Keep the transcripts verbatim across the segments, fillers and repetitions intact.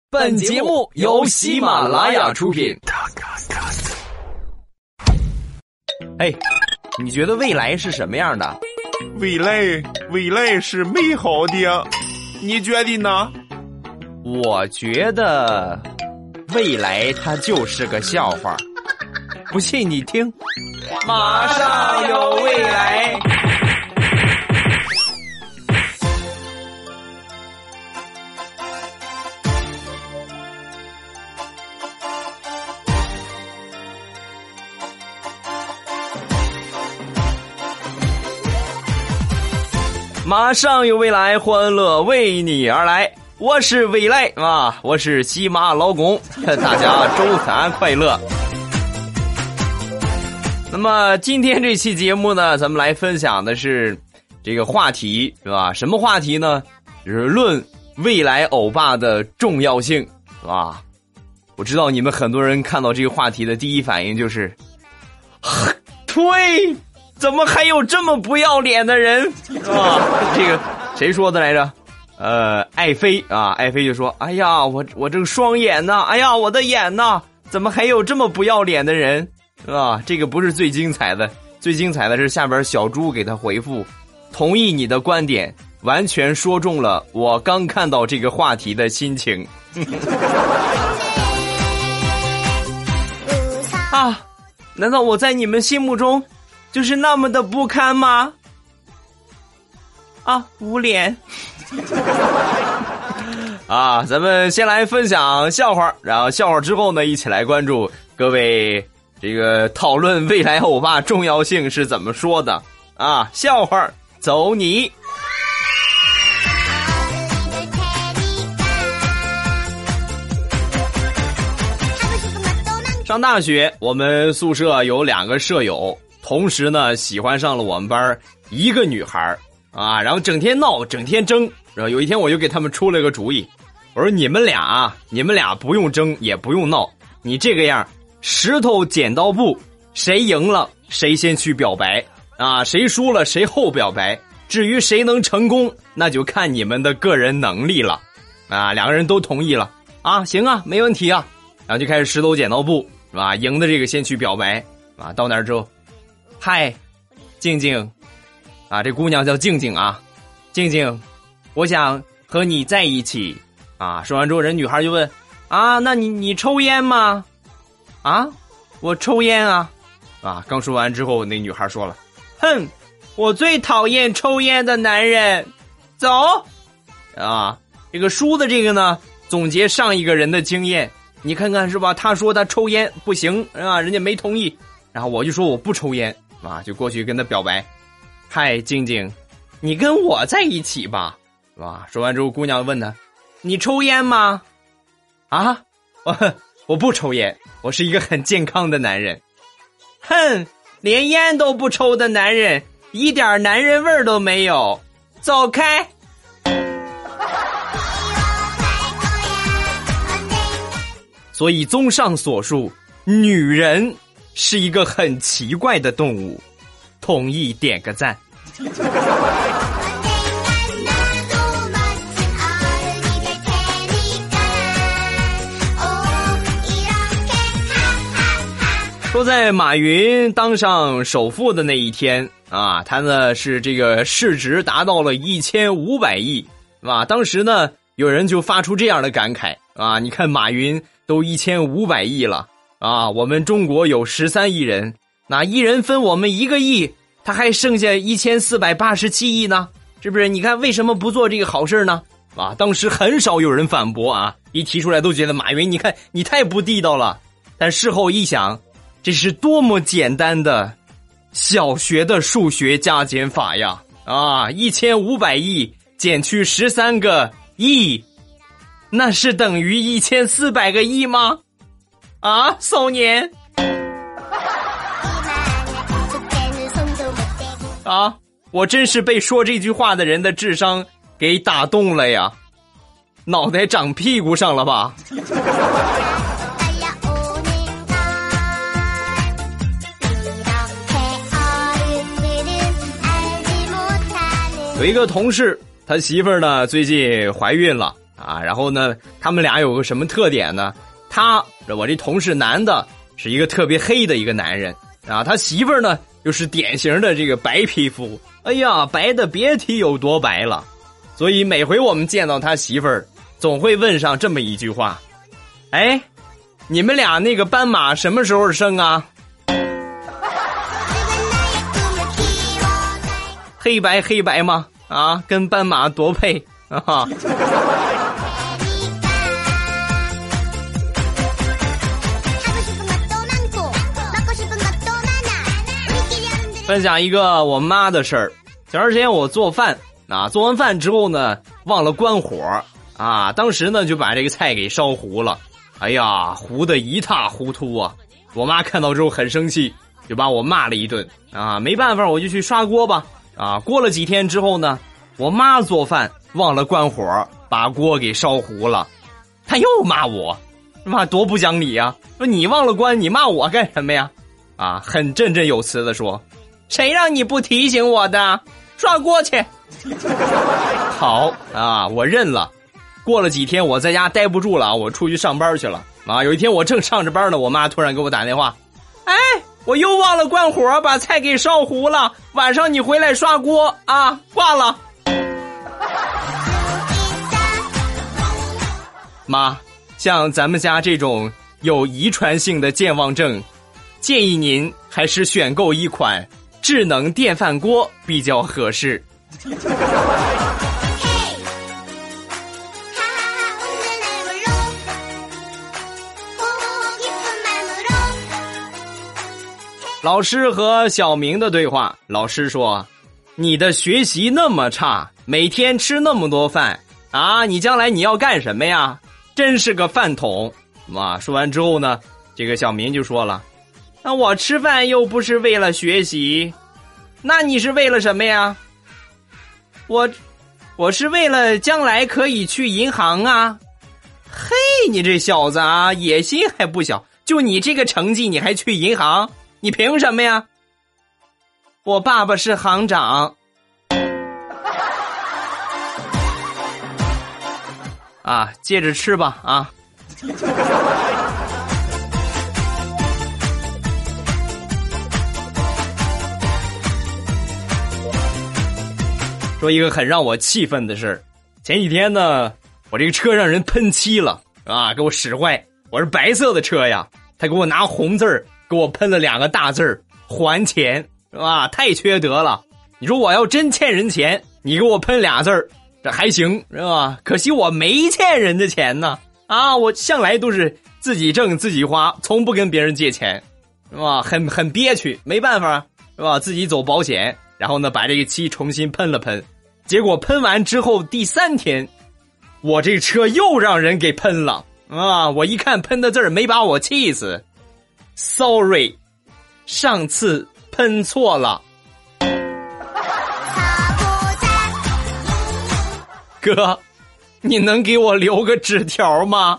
本节目由喜马拉雅出品。哎，你觉得未来是什么样的？ 未来，未来是美好的，你觉得呢？ 我觉得未来它就是个笑话，不信你听。马上有未来。马上有未来，欢乐为你而来。我是未来啊，我是西马老公，大家周三快乐。那么今天这期节目呢，咱们来分享的是这个话题，是吧？什么话题呢？就是论未来欧巴的重要性，是吧？我知道你们很多人看到这个话题的第一反应就是，呸！怎么还有这么不要脸的人啊？这个谁说的来着？呃，爱妃啊，爱妃就说：“哎呀，我我这个双眼呐，哎呀，我的眼呐，怎么还有这么不要脸的人啊？”这个不是最精彩的，最精彩的是下边小猪给他回复：“同意你的观点，完全说中了我刚看到这个话题的心情。”啊，难道我在你们心目中就是那么的不堪吗？啊，无脸。啊，咱们先来分享笑话，然后笑话之后呢，一起来关注各位这个讨论未来欧巴重要性是怎么说的啊？笑话走你。上大学，我们宿舍有两个舍友，同时呢喜欢上了我们班一个女孩啊，然后整天闹，整天争。然后有一天我就给他们出了个主意，我说你们俩啊，你们俩不用争，也不用闹，你这个样，石头剪刀布，谁赢了谁先去表白啊，谁输了谁后表白。至于谁能成功，那就看你们的个人能力了啊。两个人都同意了啊，行啊，没问题啊。然后就开始石头剪刀布，是吧？赢的这个先去表白啊。到那儿之后，嗨，静静啊，这姑娘叫静静啊，静静，我想和你在一起啊。说完之后，人女孩就问啊，那你你抽烟吗？啊，我抽烟啊。啊，刚说完之后，那女孩说了，哼，我最讨厌抽烟的男人，走啊。这个输的这个呢，总结上一个人的经验，你看看是吧？他说他抽烟不行啊，人家没同意，然后我就说我不抽烟啊，就过去跟他表白。嗨，静静，你跟我在一起吧，是吧？说完之后，姑娘问他，你抽烟吗？啊，我我不抽烟，我是一个很健康的男人。哼，连烟都不抽的男人，一点男人味儿都没有，走开。所以综上所述，女人是一个很奇怪的动物，同意点个赞。说在马云当上首富的那一天啊，他呢是这个市值达到了一千五百亿啊。当时呢有人就发出这样的感慨啊，你看马云都一千五百亿了啊，我们中国有十三亿人，那一人分我们一个亿，他还剩下一千四百八十七亿呢，是不是？你看为什么不做这个好事呢？啊，当时很少有人反驳啊，一提出来都觉得马云，你看你太不地道了。但事后一想，这是多么简单的小学的数学加减法呀！啊，一千五百亿减去十三个亿，那是等于一千四百个亿吗？啊，少年！啊，我真是被说这句话的人的智商给打动了呀，脑袋长屁股上了吧？有一个同事，他媳妇儿呢最近怀孕了啊。然后呢，他们俩有个什么特点呢？他我这同事男的是一个特别黑的一个男人啊，他媳妇儿呢又是典型的这个白皮肤，哎呀，白的别提有多白了。所以每回我们见到他媳妇儿，总会问上这么一句话：哎，你们俩那个斑马什么时候生啊？黑白黑白吗？啊，跟斑马多配啊！分享一个我妈的事儿。前段时间我做饭啊，做完饭之后呢，忘了关火啊，当时呢就把这个菜给烧糊了。哎呀，糊得一塌糊涂啊！我妈看到之后很生气，就把我骂了一顿啊。没办法，我就去刷锅吧。啊，过了几天之后呢，我妈做饭忘了关火，把锅给烧糊了。她又骂我，妈多不讲理啊！说你忘了关，你骂我干什么呀？啊，很振振有词的说，谁让你不提醒我的？刷锅去。好啊，我认了。过了几天，我在家待不住了，我出去上班去了。啊，有一天我正上着班呢，我妈突然给我打电话，哎，我又忘了关火，把菜给烧糊了。晚上你回来刷锅啊！挂了。妈，像咱们家这种有遗传性的健忘症，建议您还是选购一款智能电饭锅比较合适。老师和小明的对话，老师说，你的学习那么差，每天吃那么多饭啊，你将来你要干什么呀？真是个饭桶。啊，说完之后呢，这个小明就说了，那我吃饭又不是为了学习，那你是为了什么呀？我我是为了将来可以去银行啊。嘿，你这小子啊，野心还不小，就你这个成绩你还去银行？你凭什么呀？我爸爸是行长。啊，接着吃吧啊。说一个很让我气愤的事，前几天呢，我这个车让人喷漆了啊，给我使坏。我是白色的车呀，他给我拿红字儿给我喷了两个大字儿，还钱，是吧？太缺德了。你说我要真欠人钱，你给我喷俩字儿，这还行，是吧？可惜我没欠人的钱呢，啊，我向来都是自己挣自己花，从不跟别人借钱，是吧？很很憋屈，没办法，是吧？自己走保险，然后呢把这个漆重新喷了喷，结果喷完之后第三天，我这车又让人给喷了啊！我一看喷的字儿，没把我气死。Sorry， 上次喷错了。哥，你能给我留个纸条吗？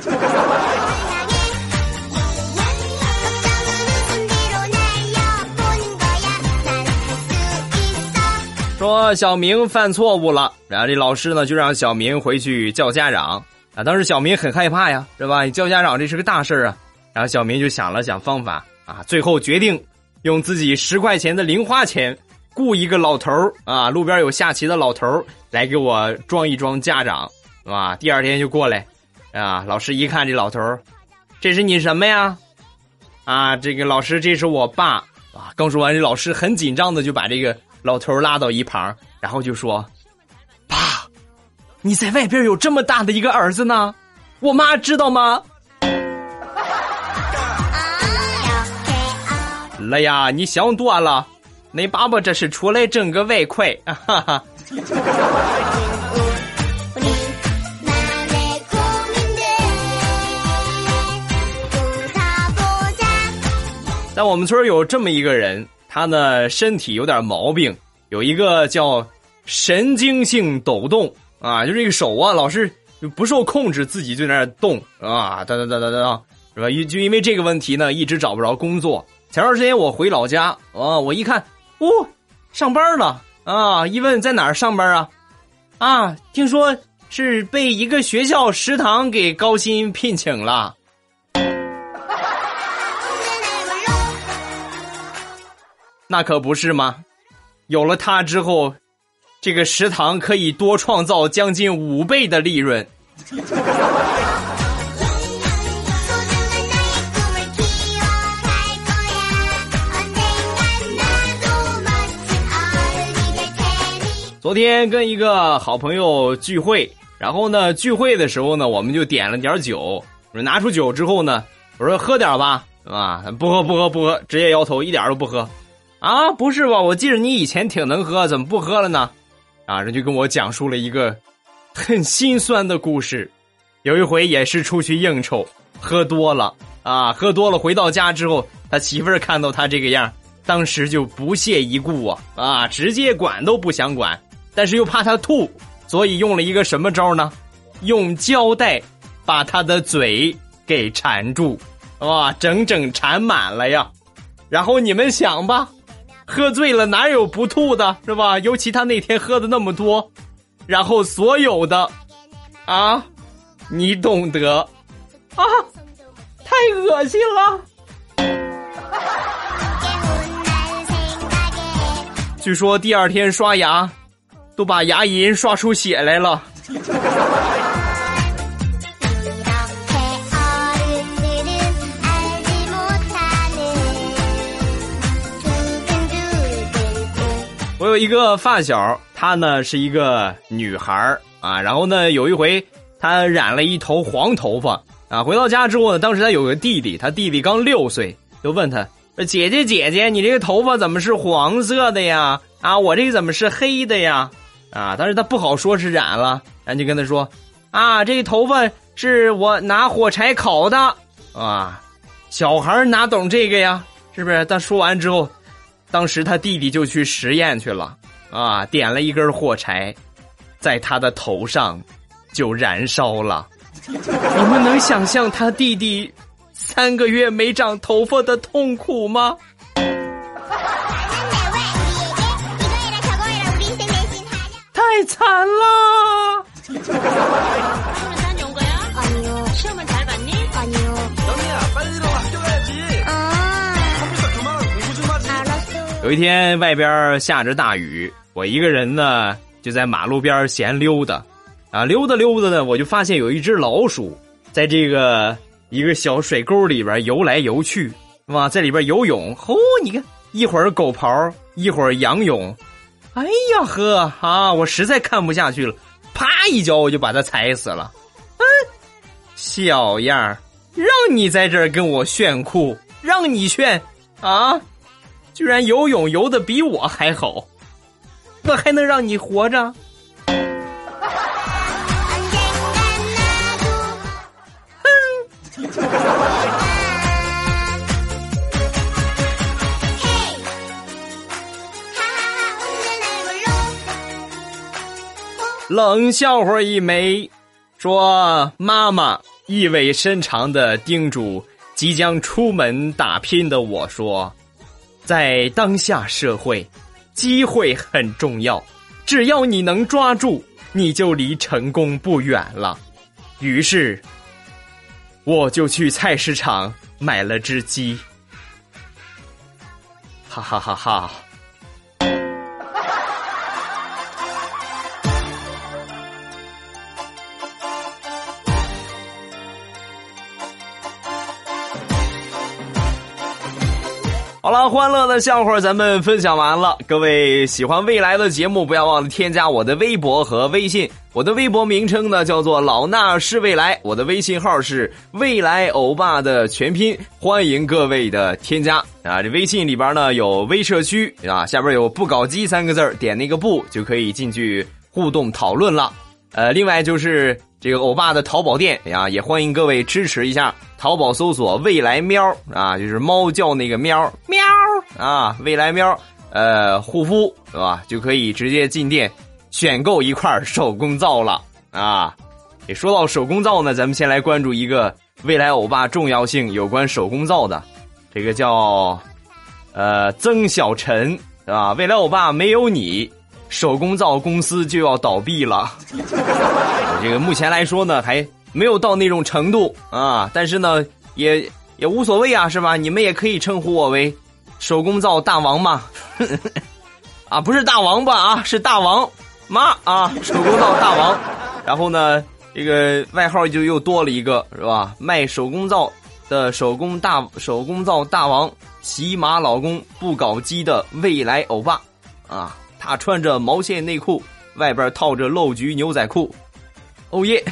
说小明犯错误了，然后这老师呢就让小明回去叫家长啊。当时小明很害怕呀，是吧？你叫家长这是个大事啊。然后小明就想了想方法啊，最后决定用自己十块钱的零花钱雇一个老头啊，路边有下棋的老头来给我装一装家长，是吧？第二天就过来啊，老师一看这老头，这是你什么呀？啊，这个老师这是我爸啊。刚说完，这老师很紧张的就把这个老头拉到一旁，然后就说，爸，你在外边有这么大的一个儿子呢，我妈知道吗？了呀，你想多了，你爸爸这是出来挣个外快，哈哈。在我们村有这么一个人，他呢身体有点毛病，有一个叫神经性抖动啊，就这个手啊老是不受控制，自己就在那动啊，哒哒哒哒哒，是吧？就因为这个问题呢，一直找不着工作。前段时间我回老家啊，我一看，哦，上班了啊！一问在哪儿上班啊？啊，听说是被一个学校食堂给高薪聘请了。那可不是吗？有了它之后，这个食堂可以多创造将近五倍的利润。昨天跟一个好朋友聚会，然后呢聚会的时候呢，我们就点了点酒。我说拿出酒之后呢，我说喝点吧，啊，不喝不喝不喝，直接摇头，一点都不喝。啊，不是吧？我记得你以前挺能喝，怎么不喝了呢？啊，人就跟我讲述了一个很心酸的故事。有一回也是出去应酬，喝多了啊，喝多了回到家之后，他媳妇儿看到他这个样，当时就不屑一顾啊，啊，直接管都不想管，但是又怕他吐，所以用了一个什么招呢？用胶带把他的嘴给缠住，哇，整整缠满了呀。然后你们想吧，喝醉了哪有不吐的，是吧？尤其他那天喝的那么多，然后所有的啊，你懂得啊，太恶心了。据说第二天刷牙都把牙龈刷出血来了。我有一个发小，她呢是一个女孩啊，然后呢有一回她染了一头黄头发啊，回到家之后呢，当时她有个弟弟，她弟弟刚六岁，就问她说：“姐姐姐姐，你这个头发怎么是黄色的呀？啊，我这个怎么是黑的呀？”啊，但是她不好说是染了，然后就跟她说：“啊，这个头发是我拿火柴烤的。”啊，小孩哪懂这个呀？是不是？但说完之后，当时他弟弟就去实验去了啊，点了一根火柴，在他的头上就燃烧了。你们能想象他弟弟三个月没长头发的痛苦吗？太惨了。有一天外边下着大雨，我一个人呢就在马路边闲溜达啊，溜达溜达呢，我就发现有一只老鼠在这个一个小水沟里边游来游去，是吧？在里边游泳，吼、哦，你看一会儿狗刨，一会儿仰泳，哎呀呵啊，我实在看不下去了，啪一脚我就把它踩死了。嗯，小样儿，让你在这儿跟我炫酷，让你炫啊！居然游泳游得比我还好，我还能让你活着？哼！冷笑话一枚，说妈妈意味深长地叮嘱即将出门打拼的我说，在当下社会，机会很重要，只要你能抓住，你就离成功不远了。于是我就去菜市场买了只鸡，哈哈哈哈。好了，欢乐的笑话咱们分享完了。各位喜欢未来的节目，不要忘了添加我的微博和微信。我的微博名称呢叫做老衲是未来，我的微信号是未来欧巴的全拼，欢迎各位的添加啊！这微信里边呢有微社区啊，下边有不搞基三个字，点那个不就可以进去互动讨论了。呃，另外就是这个欧巴的淘宝店呀，也欢迎各位支持一下。淘宝搜索未来喵啊，就是猫叫那个喵喵啊，未来喵，呃，护肤是吧？就可以直接进店选购一块手工皂了啊。也说到手工皂呢，咱们先来关注一个未来欧巴重要性有关手工皂的，这个叫呃曾小晨是吧？未来欧巴没有你，手工皂公司就要倒闭了。 这个目前来说呢，还没有到那种程度啊，但是呢，也也无所谓啊，是吧？你们也可以称呼我为手工皂大王嘛，啊，不是大王八啊，是大王妈啊，手工皂大王。然后呢，这个外号就又多了一个，是吧？卖手工皂的手工大手工皂大王，洗马老公不搞基的未来欧巴啊，他穿着毛线内裤，外边套着露菊牛仔裤。哦耶！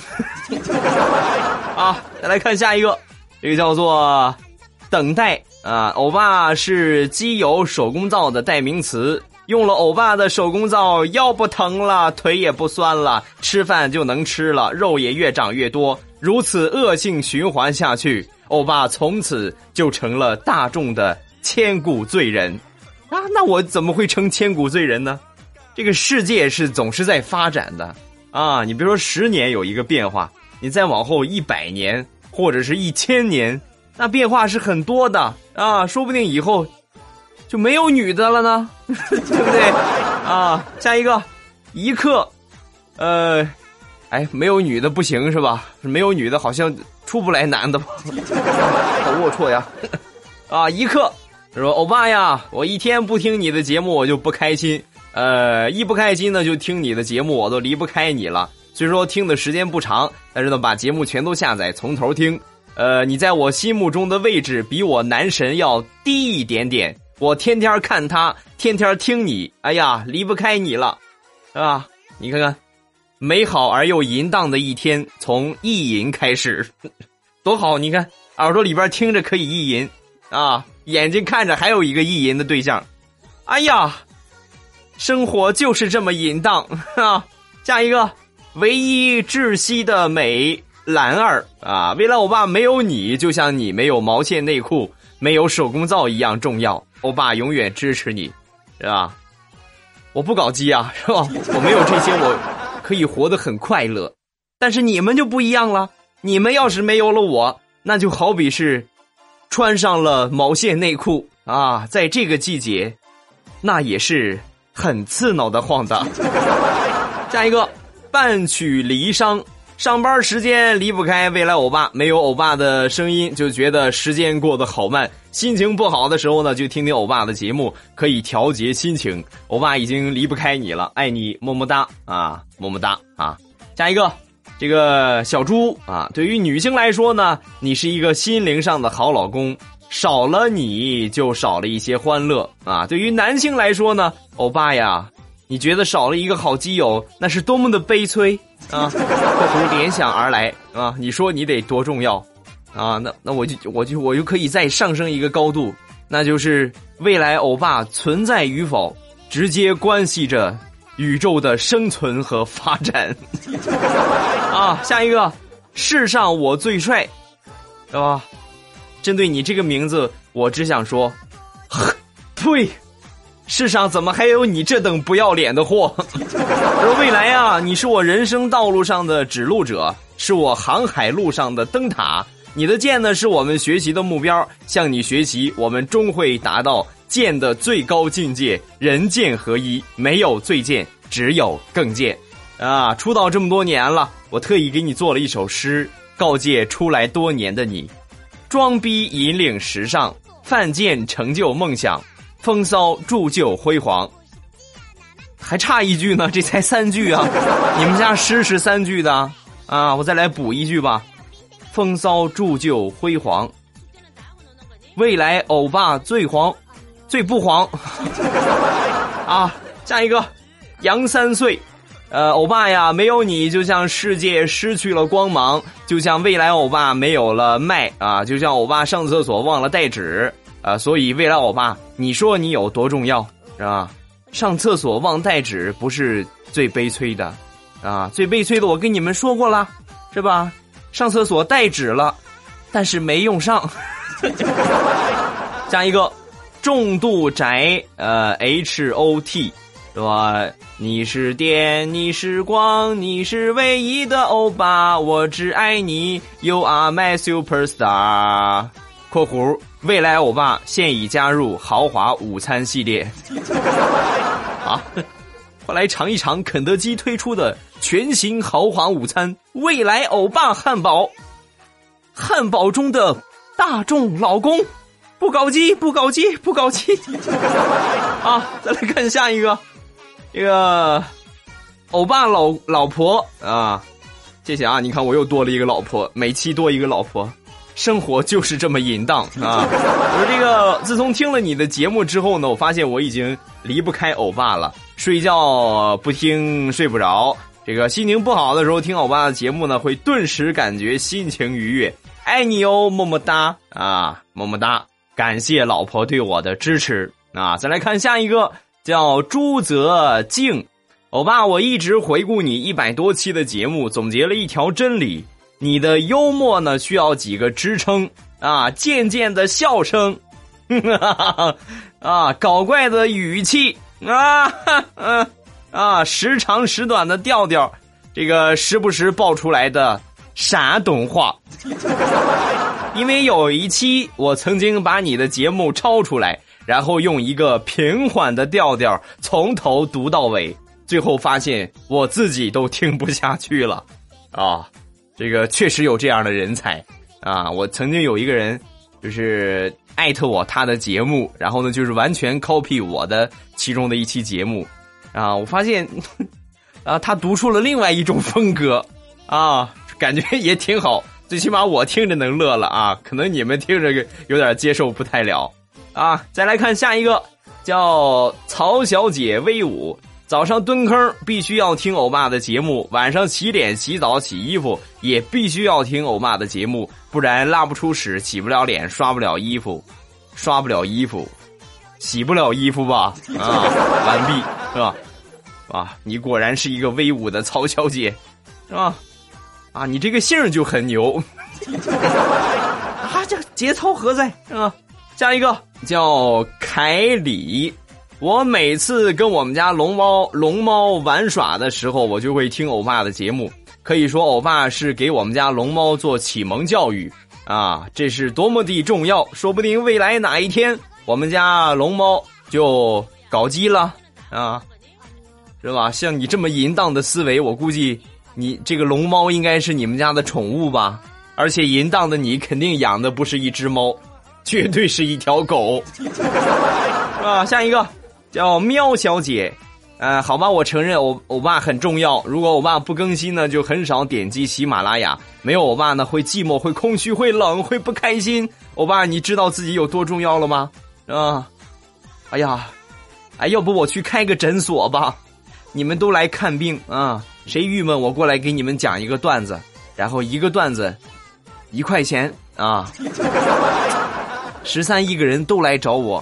啊，再来看下一个，这个叫做等待啊，欧巴是基友手工皂的代名词。用了欧巴的手工皂，腰不疼了，腿也不酸了，吃饭就能吃了，肉也越长越多，如此恶性循环下去，欧巴从此就成了大众的千古罪人啊！那我怎么会成千古罪人呢？这个世界是总是在发展的啊！你比如说十年有一个变化，你再往后一百年或者是一千年，那变化是很多的啊！说不定以后就没有女的了呢，对不对啊？下一个，一刻，呃，哎，没有女的不行是吧？没有女的好像出不来男的吧？好龌龊呀！啊，一刻，说欧巴呀，我一天不听你的节目我就不开心，呃，一不开心呢就听你的节目我都离不开你了。虽说听的时间不长，但是呢把节目全都下载从头听。呃，你在我心目中的位置比我男神要低一点点。我天天看他，天天听你，哎呀，离不开你了，是吧？你看看，美好而又淫荡的一天，从意淫开始，多好！你看，耳朵里边听着可以意淫啊，眼睛看着还有一个意淫的对象，哎呀，生活就是这么淫荡啊！下一个，唯一窒息的美兰儿啊，未来欧巴没有你，就像你没有毛线内裤，没有手工皂一样重要。欧巴永远支持你，是吧？我不搞基啊，是吧？我没有这些，我可以活得很快乐。但是你们就不一样了，你们要是没有了我，那就好比是穿上了毛线内裤啊，在这个季节，那也是很刺挠的慌的。下一个，半曲离殇。上班时间离不开未来欧巴，没有欧巴的声音就觉得时间过得好慢，心情不好的时候呢就听听欧巴的节目，可以调节心情。欧巴已经离不开你了，爱你么么哒啊，么么哒啊。下一个，这个小猪啊，对于女性来说呢，你是一个心灵上的好老公，少了你就少了一些欢乐啊。对于男性来说呢，欧巴呀，你觉得少了一个好基友，那是多么的悲催啊！括弧联想而来啊！你说你得多重要啊？那那我就我就我就可以再上升一个高度，那就是未来欧巴存在与否，直接关系着宇宙的生存和发展啊！下一个，世上我最帅，是吧？针对你这个名字，我只想说，呸！世上怎么还有你这等不要脸的货？而未来啊，你是我人生道路上的指路者，是我航海路上的灯塔。你的剑呢，是我们学习的目标。向你学习，我们终会达到剑的最高境界，人剑合一，没有最剑，只有更剑。啊，出道这么多年了，我特意给你做了一首诗，告诫出来多年的你：装逼引领时尚，犯贱成就梦想。风骚铸就辉煌，还差一句呢，这才三句啊！你们家诗是三句的啊，我再来补一句吧。风骚铸就辉煌，未来欧巴最黄，最不黄啊！下一个，杨三岁，呃，欧巴呀，没有你，就像世界失去了光芒，就像未来欧巴没有了麦啊，就像欧巴上厕所忘了带纸。啊、呃，所以未来欧巴，你说你有多重要，是吧？上厕所忘带纸不是最悲催的，啊，最悲催的我跟你们说过了，是吧？上厕所带纸了，但是没用上。下一个，重度宅，呃 ，H O T， 是吧？你是电，你是光，你是唯一的欧巴，我只爱你 ，You are my superstar。括弧未来欧巴现已加入豪华午餐系列啊！ 快来尝一尝肯德基推出的全新豪华午餐未来欧巴汉堡。汉堡中的大众老公，不搞基不搞基不搞基啊！再来看下一个，这个欧巴老老婆啊，谢谢啊！你看我又多了一个老婆，每期多一个老婆，生活就是这么淫荡啊！我说这个，自从听了你的节目之后呢，我发现我已经离不开欧巴了，睡觉不听睡不着。这个心情不好的时候听欧巴的节目呢，会顿时感觉心情愉悦。爱你哦，么么哒啊，么么哒！感谢老婆对我的支持啊！再来看下一个，叫朱泽静。欧巴，我一直回顾你一百多期的节目，总结了一条真理：你的幽默呢需要几个支撑啊，渐渐的笑声，啊，搞怪的语气啊，啊啊，时长时短的调调，这个时不时爆出来的山东话。因为有一期我曾经把你的节目抄出来，然后用一个平缓的调调从头读到尾，最后发现我自己都听不下去了啊！这个确实有这样的人才啊！我曾经有一个人就是艾特我他的节目，然后呢就是完全 copy 我的其中的一期节目啊！我发现啊他读出了另外一种风格啊，感觉也挺好。最起码我听着能乐了啊，可能你们听着有点接受不太了啊。再来看下一个，叫曹小姐威武。早上蹲坑必须要听欧巴的节目，晚上洗脸洗澡洗衣服也必须要听欧巴的节目，不然拉不出屎，洗不了脸，刷不了衣服，刷不了衣服，洗不了衣服吧？啊，完毕是吧？啊，你果然是一个威武的曹小姐，是吧？啊，你这个姓就很牛啊！这节操何在啊？下一个叫凯里。我每次跟我们家龙猫龙猫玩耍的时候，我就会听欧巴的节目。可以说，欧巴是给我们家龙猫做启蒙教育啊，这是多么的重要！说不定未来哪一天，我们家龙猫就搞基了啊，是吧？像你这么淫荡的思维，我估计。你这个龙猫应该是你们家的宠物吧？而且淫荡的你肯定养的不是一只猫，绝对是一条狗，啊！下一个叫喵小姐，呃，好吧，我承认欧欧巴很重要。如果欧巴不更新呢，就很少点击喜马拉雅。没有欧巴呢，会寂寞，会空虚，会冷，会不开心。欧巴，你知道自己有多重要了吗？啊！哎呀，哎，要不我去开个诊所吧？你们都来看病啊！谁郁闷我过来给你们讲一个段子，然后一个段子一块钱啊，十三亿个人都来找我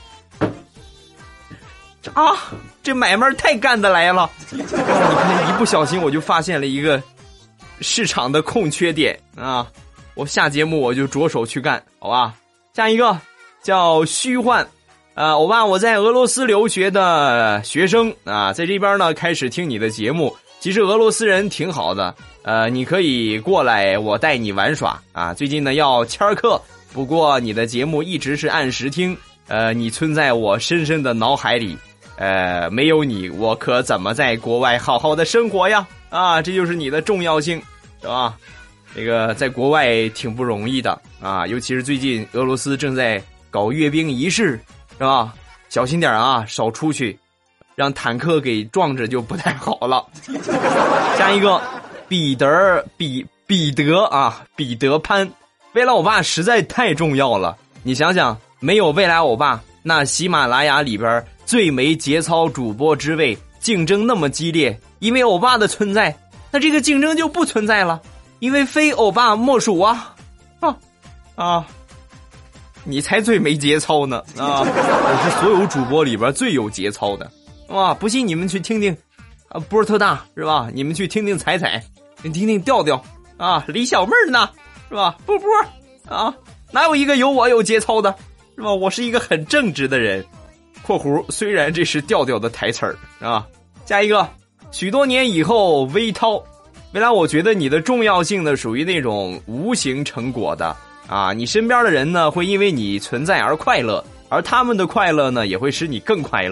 啊，这买卖太干得来了。你看一不小心我就发现了一个市场的空缺点啊，我下节目我就着手去干，好吧？下一个叫虚幻。啊，欧巴，我在俄罗斯留学的学生啊，在这边呢开始听你的节目。其实俄罗斯人挺好的，呃，你可以过来，我带你玩耍啊。最近呢要签课，不过你的节目一直是按时听，呃，你存在我深深的脑海里，呃，没有你，我可怎么在国外好好的生活呀？啊，这就是你的重要性，是吧？这个在国外挺不容易的啊，尤其是最近俄罗斯正在搞阅兵仪式。是吧？小心点啊，少出去，让坦克给撞着就不太好了。下一个，彼得彼彼得啊，彼得潘，未来欧巴实在太重要了。你想想，没有未来欧巴，那喜马拉雅里边最没节操主播之位，竞争那么激烈，因为欧巴的存在，那这个竞争就不存在了，因为非欧巴莫属啊啊啊！你才最没节操呢啊！我是所有主播里边最有节操的，哇！不信你们去听听，啊，波特大是吧？你们去听听彩彩，你听听调调啊，李小妹儿呢是吧？波波啊，哪有一个有我有节操的，是吧？我是一个很正直的人。括弧虽然这是调调的台词儿啊。下一个，许多年以后，微涛，未来我觉得你的重要性呢，属于那种无形成果的。啊，你身边的人呢，会因为你存在而快乐，而他们的快乐呢，也会使你更快乐。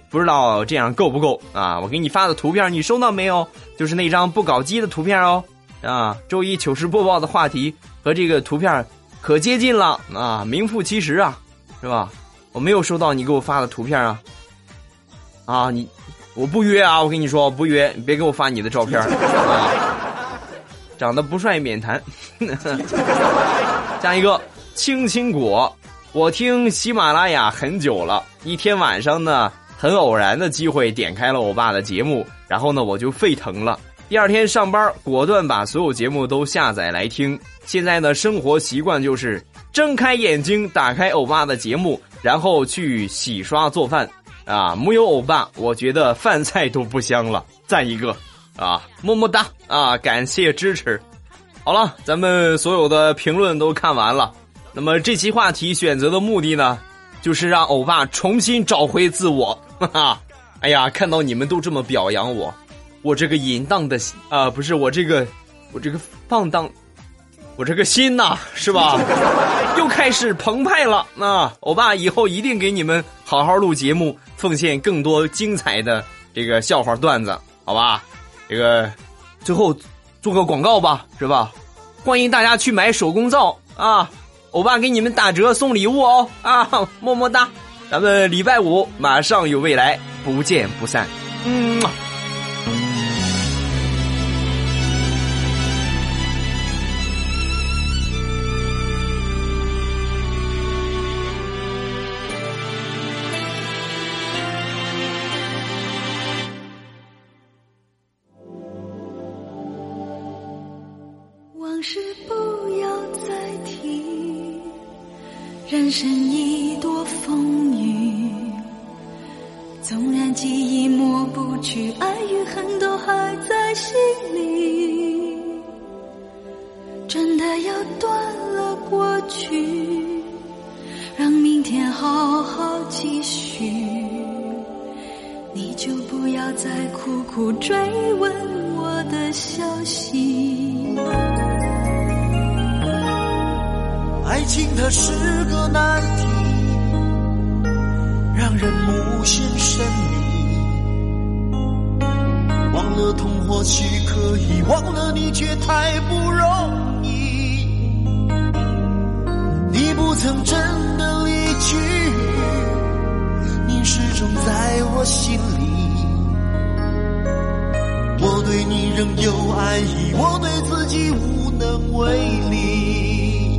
不知道这样够不够啊？我给你发的图片你收到没有？就是那张不搞基的图片哦。啊，周一糗事播报的话题和这个图片可接近了啊，名副其实啊，是吧？我没有收到你给我发的图片啊。啊，你我不约啊，我跟你说不约，你别给我发你的照片啊。长得不帅免谈。下一个青青果，我听喜马拉雅很久了，一天晚上呢很偶然的机会点开了我爸的节目，然后呢我就沸腾了，第二天上班果断把所有节目都下载来听。现在呢生活习惯就是睁开眼睛打开欧巴的节目，然后去洗刷做饭啊，没有欧巴我觉得饭菜都不香了，赞一个啊，么么哒啊，感谢支持。好了，咱们所有的评论都看完了，那么这期话题选择的目的呢，就是让欧巴重新找回自我。哈哈，哎呀，看到你们都这么表扬我，我这个淫荡的啊、呃，不是我这个我这个放荡，我这个心呐、啊，是吧？又开始澎湃了。那、啊、欧巴以后一定给你们好好录节目，奉献更多精彩的这个笑话段子，好吧？这个最后做个广告吧，是吧？欢迎大家去买手工皂啊，欧巴给你们打折送礼物哦啊，么么哒。咱们礼拜五马上有未来，不见不散。嗯。 往事不要再提，人生已多风雨，纵然记忆抹不去，爱与恨都还在心里，真的要断了过去，让明天好好继续，你就不要再苦苦追问我的消息。 爱情它是个难题，让人无限神秘，忘了痛或许可以，忘了你却太不容易。你不曾真的离去，你始终在我心里，我对你仍有爱意，我对自己无能为力，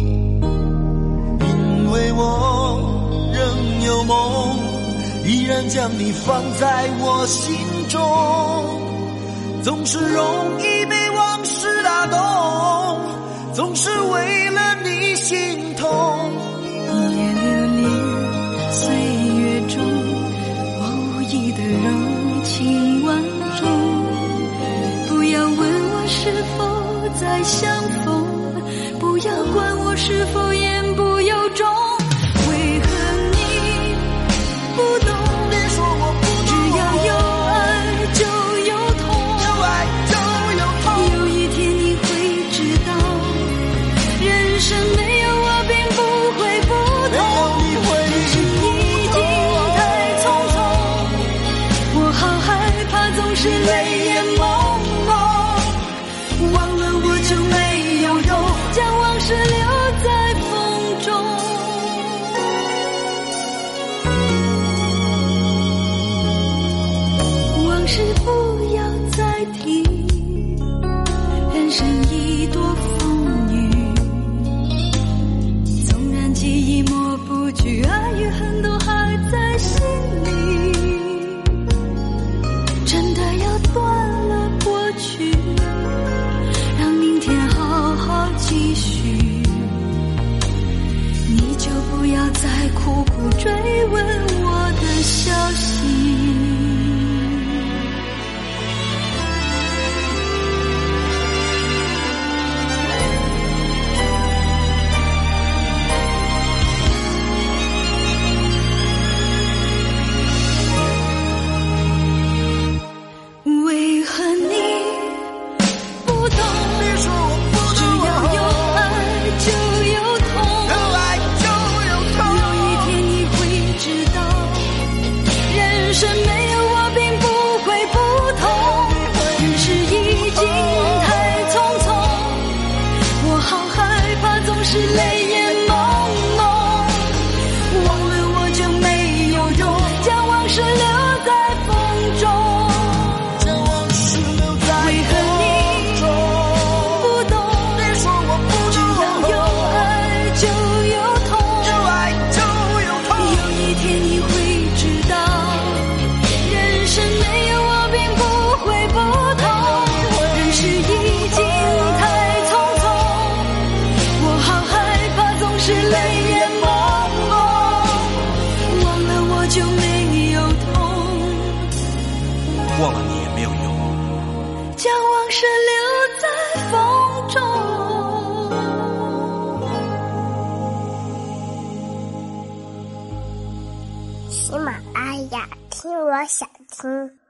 因为我仍有梦，依然将你放在我心中，总是容易被往事打动，总是为了你心痛。 一夜流连岁月中，我无意的柔情万种，不要问我是否再相逢，不要管我是否言不由衷，为何你不懂？ 别说我不懂， 只要有爱就有痛， 有爱就有痛。 有一天你会知道，人生没有我并不会不同，人生已经太匆匆，我好害怕总是泪眼朦胧，忘了我就没有用，将往事留在风中。 我想听。